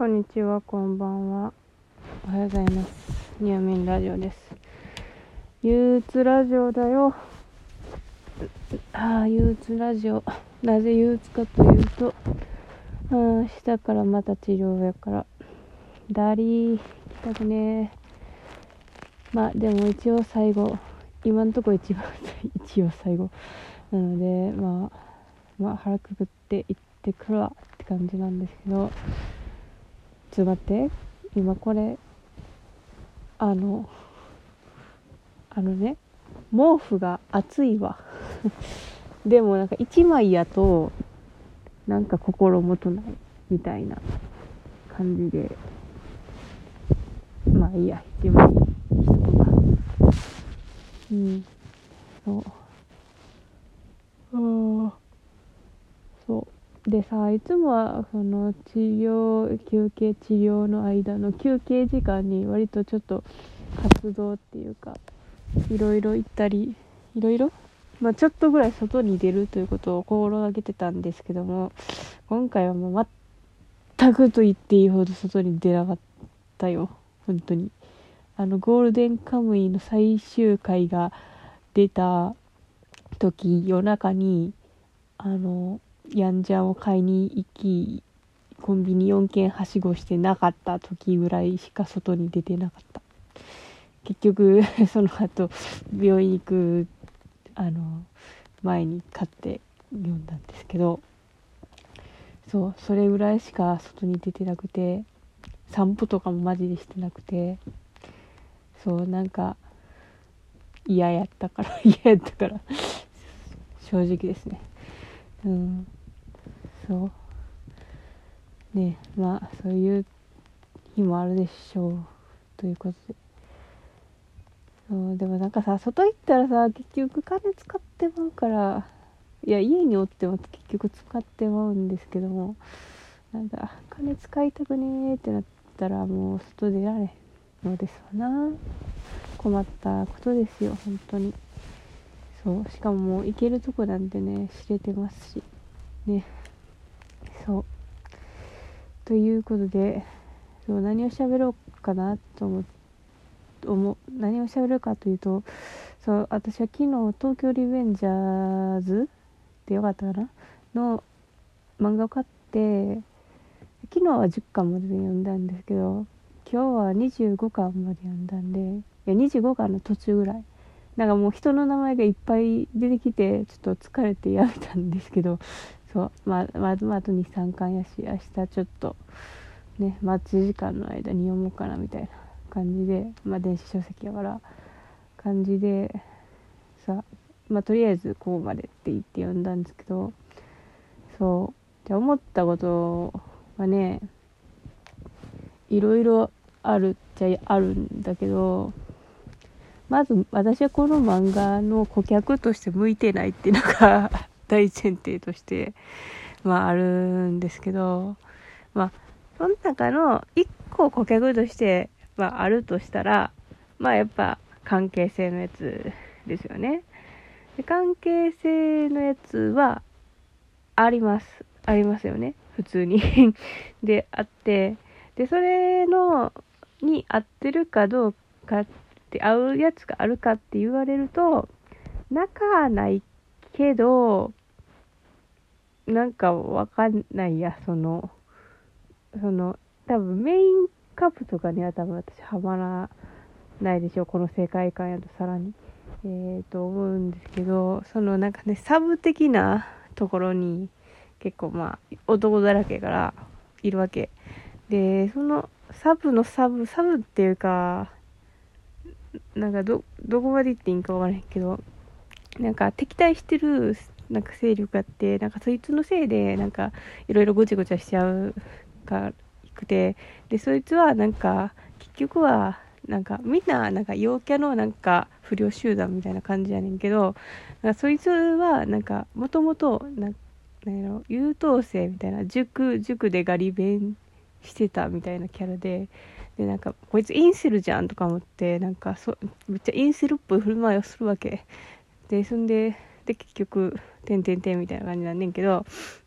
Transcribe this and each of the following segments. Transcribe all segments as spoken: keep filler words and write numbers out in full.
こんにちは、こんばんは。おはようございます。ニアミンラジオです。憂鬱ラジオだよ。ああ、憂鬱ラジオ。なぜ憂鬱かというと、あ明日からまた治療やから、ダリー、来たくねー。まあ、でも一応最後、今のところ一番、一応最後。なので、まあ、まあ、腹くくって行ってくるわって感じなんですけど、ちょっと待って、今これ、あの、あのね、毛布が熱いわ。でもなんか一枚やと、なんか心もとないみたいな感じで、まあいいや、一枚にしとこうか。うん、そう。ああ、そう。でさ、いつもはその治療、休憩、治療の間の休憩時間に割とちょっと活動っていうか、いろいろ行ったり、いろいろまあちょっとぐらい外に出るということを心がけてたんですけども、今回はもう全くと言っていいほど外に出なかったよ。本当に。あのゴールデンカムイの最終回が出た時、夜中にあのヤンジャンを買いに行き、コンビニよんけんはしごしてなかった時ぐらいしか外に出てなかった。結局その後病院行くあの前に買って読んだんですけど、そうそれぐらいしか外に出てなくて、散歩とかもマジでしてなくて、そうなんか嫌やったから嫌やったから正直ですね。うんそうね、まあそういう日もあるでしょうということで、そうでもなんかさ、外行ったらさ、結局金使ってまうから、いや家におっても結局使ってまうんですけども、なんか金使いたくねーってなったらもう外出られんのですわな。困ったことですよ本当に。そうしかももう行けるとこなんてね知れてますしね。そうということで、そう何を喋ろうかなと思思何を喋るかというと、そう私は昨日東京リベンジャーズでよかったかなの漫画を買って、昨日はじゅっかんまで読んだんですけど、今日はにじゅうごかんまで読んだんで、いやにじゅうごかんの途中ぐらい、なんかもう人の名前がいっぱい出てきてちょっと疲れてやめたんですけど、そうまあまあ、まあ、あとにさんかんやし、明日ちょっとね待ち時間の間に読もうかなみたいな感じで、まあ電子書籍やから感じでさ、まあとりあえずここまでって言って読んだんですけど、そうじゃ思ったことはね、いろいろあるっちゃあるんだけど、まず私はこの漫画の顧客として向いてないっていうのが大前提としてまああるんですけど、まあその中の一個顧客としてまああるとしたら、まあやっぱ関係性のやつですよね。で関係性のやつはありますありますよね普通にであって、でそれのに合ってるかどうかって合うやつがあるかって言われると、なかないけど、なんかわかんないや、そのその多分メインカップとかには多分私ハマらないでしょう、この世界観やと。さらにえーと思うんですけど、そのなんかねサブ的なところに結構まあ男だらけからいるわけで、そのサブのサブサブっていうか、なんかどどこまで言っていいんか分からへんけど、なんか敵対してるなんか勢力があって、なんかそいつのせいでなんかいろいろごちゃごちゃしちゃうかくて、でそいつはなんか結局はなんかみんななんか陽キャのなんか不良集団みたいな感じやねんけど、なんかそいつはなんかもともとなんなんやろ優等生みたいな、塾塾でガリ勉してたみたいなキャラで、でなんかこいつインセルじゃんとか思って、なんかそめっちゃインセルっぽい振る舞いをするわけで、そんでで結局てんてんてんみたいな感じなんねんけど、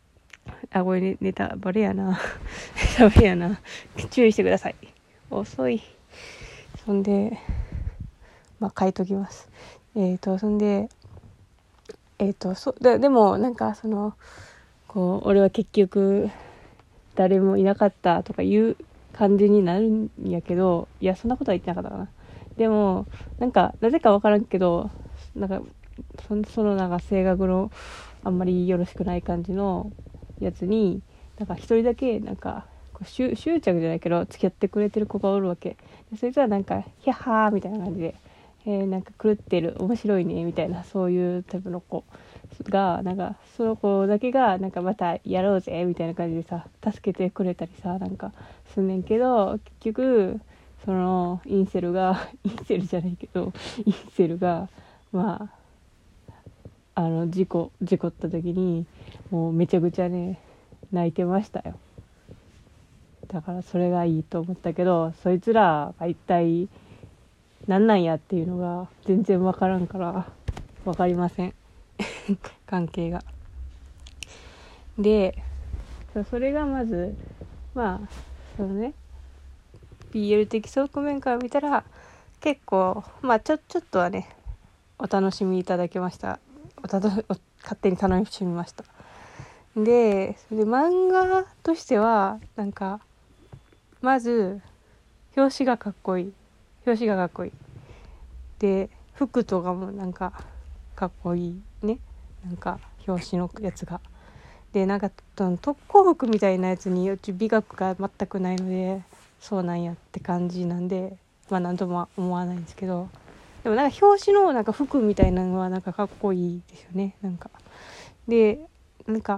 あ、これ、ね、ネタバレやな。ネタバレやな。注意してください。遅い。そんで、まあ、書いときます。えっと、そんで、えっと、そで、でも、なんか、その、こう、俺は結局、誰もいなかったとかいう感じになるんやけど、いや、そんなことは言ってなかったかな。でも、なんか、なぜかわからんけど、なんか、その、そのなんか性格のあんまりよろしくない感じのやつに、なんか一人だけ、なんか、こう執執着じゃないけど、付き合ってくれてる子がおるわけ。でそいつはなんか、ヒャッハーみたいな感じで、えー、なんか狂ってる、面白いね、みたいな、そういうタイプの子が、なんか、その子だけが、なんかまたやろうぜ、みたいな感じでさ、助けてくれたりさ、なんか、すんねんけど、結局、その、インセルが、インセルじゃないけど、インセルが、まあ、あの、事故、事故った時に、もうめちゃくちゃね、泣いてましたよ。だからそれがいいと思ったけど、そいつらが一体、なんなんやっていうのが全然わからんからわかりません関係が。でそれがまずまあそのね ビーエル 的側面から見たら結構まあちょちょっとはねお楽しみいただけました。おたとお勝手に楽しみました。でそれで漫画としてはなんかまず表紙がかっこいい表紙がかっこいいで服とかもなんかかっこいいね、なんか表紙のやつがでなんか特攻服みたいなやつにうち美学が全くないのでそうなんやって感じなんでまあ何とも思わないんですけど、でもなんか表紙のなんか服みたいなのはなんかかっこいいですよね。なんかでなんか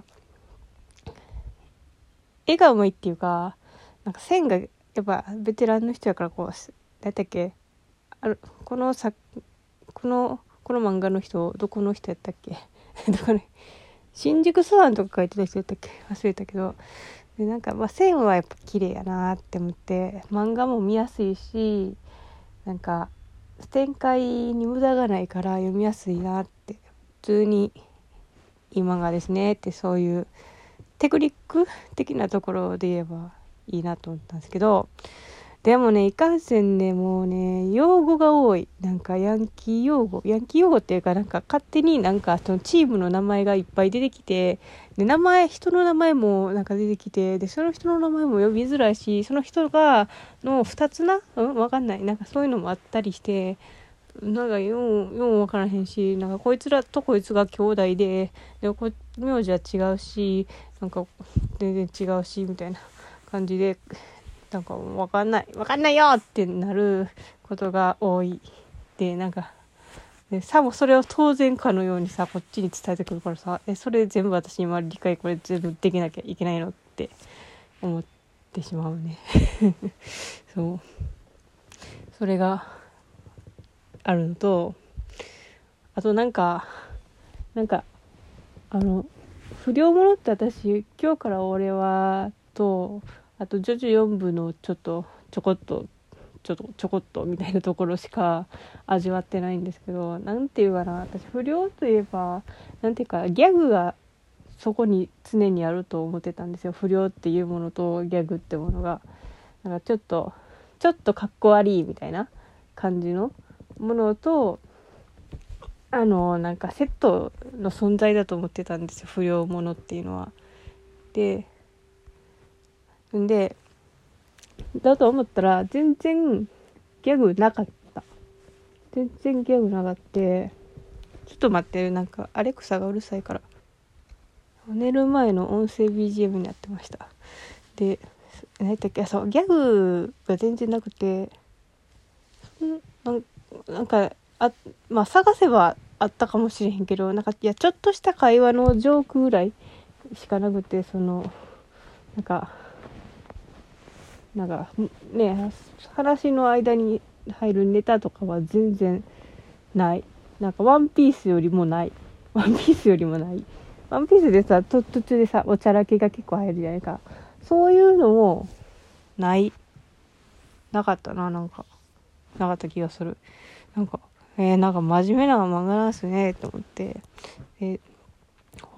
絵がうまいっていうかなんか線がやっぱベテランの人やからこう何だっけあるこのさこのこの漫画の人どこの人やったっけどこの新宿スワンとか書いてた人やったっけ忘れたけどでなんかまあ線はやっぱ綺麗やなって思って漫画も見やすいしなんか展開に無駄がないから読みやすいなって普通にいい漫画ですねってそういうテクニック的なところで言えばいいなと思ったんですけど、でもねいかんせんねもうね用語が多い。なんかヤンキー用語ヤンキー用語っていうかなんか勝手になんかそのチームの名前がいっぱい出てきてで名前人の名前もなんか出てきてでその人の名前も呼びづらいしその人がのふたつなうんわかんないなんかそういうのもあったりしてなんかようようわからへんしなんかこいつらとこいつが兄弟ででこ名字は違うしなんか全然違うしみたいな感じでなんかわかんないわかんないよってなることが多いでなんかでさもそれを当然かのようにさこっちに伝えてくるからさえそれ全部私今理解これ全部できなきゃいけないのって思ってしまうねそうそれがあるのとあとなんかなんかあの不良者って私今日から俺はとあとジョジョよん部のちょっとちょこっとちょっとちょこっとみたいなところしか味わってないんですけどなんていうかな私不良といえばなんていうかギャグがそこに常にあると思ってたんですよ。不良っていうものとギャグってものがなんかちょっとちょっとかっこ悪いみたいな感じのものとあのなんかセットの存在だと思ってたんですよ不良ものっていうのは。でんでだと思ったら全然ギャグなかった全然ギャグなかってちょっと待ってなんかアレクサがうるさいから寝る前の音声 ビージーエム になってました。で何だっけそうギャグが全然なくてんなんかあまあ探せばあったかもしれへんけどなんかいやちょっとした会話のジョークぐらいしかなくてそのなんかなんかね話の間に入るネタとかは全然ないなんかワンピースよりもないワンピースよりもないワンピースでさ途中でさおちゃらけが結構入るじゃないかそういうのもないなかったななんかなかった気がするなんかえー、なんか真面目な漫画なんすねと思ってでほ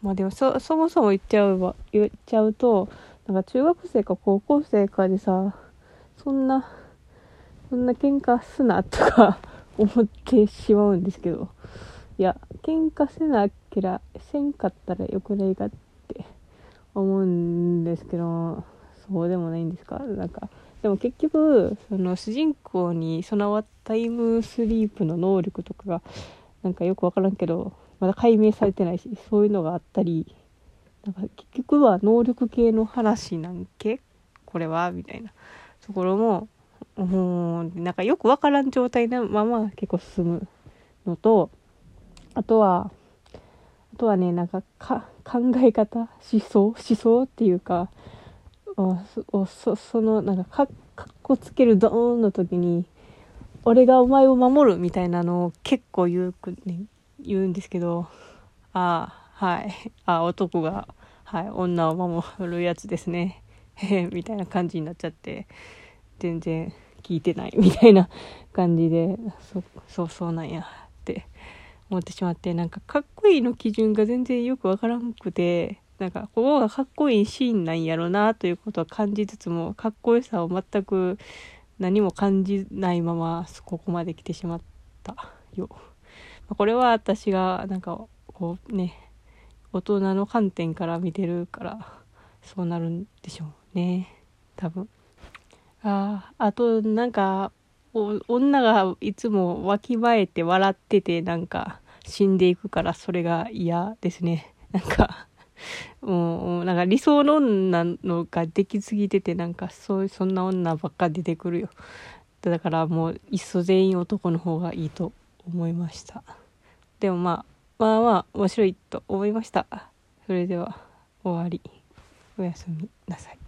まあでもそそもそも言っちゃうわ言っちゃうと、なんか中学生か高校生かでさ、そんなそんな喧嘩すなとか思ってしまうんですけど、いや喧嘩せなきゃせんかったらよくないかって思うんですけど、そうでもないんですか。なんかでも結局その主人公に備わったタイムスリープの能力とかがなんかよくわからんけどまだ解明されてないし、そういうのがあったり、なんか結局は能力系の話なんけこれはみたいなところも、もうなんかよくわからん状態のまま結構進むのと、あとはあとはね、なんかか考え方、思想思想っていうか、あそそそのなんかかかっこつけるドーンの時に俺がお前を守るみたいなのを結構言う、ね、言うんですけど、ああはいあ男がはい女を守るやつですねみたいな感じになっちゃって、全然聞いてないみたいな感じで、そそうそうなんやって思ってしまって、なんかかっこいいの基準が全然よくわからんくて、なんかここがかっこいいシーンなんやろなということは感じつつも、かっこよさを全く何も感じないままここまで来てしまったよ。これは私がなんかこうね、大人の観点から見てるからそうなるんでしょうね、多分。ああとなんか女がいつもわきまえて笑っててなんか死んでいくから、それが嫌ですね。なんかもうなんか理想の女のができすぎてて、なんかそうそんな女ばっか出てくるよ。だからもういっそ全員男の方がいいと思いました。でもまあまあまあ面白いと思いました。それでは終わり。おやすみなさい。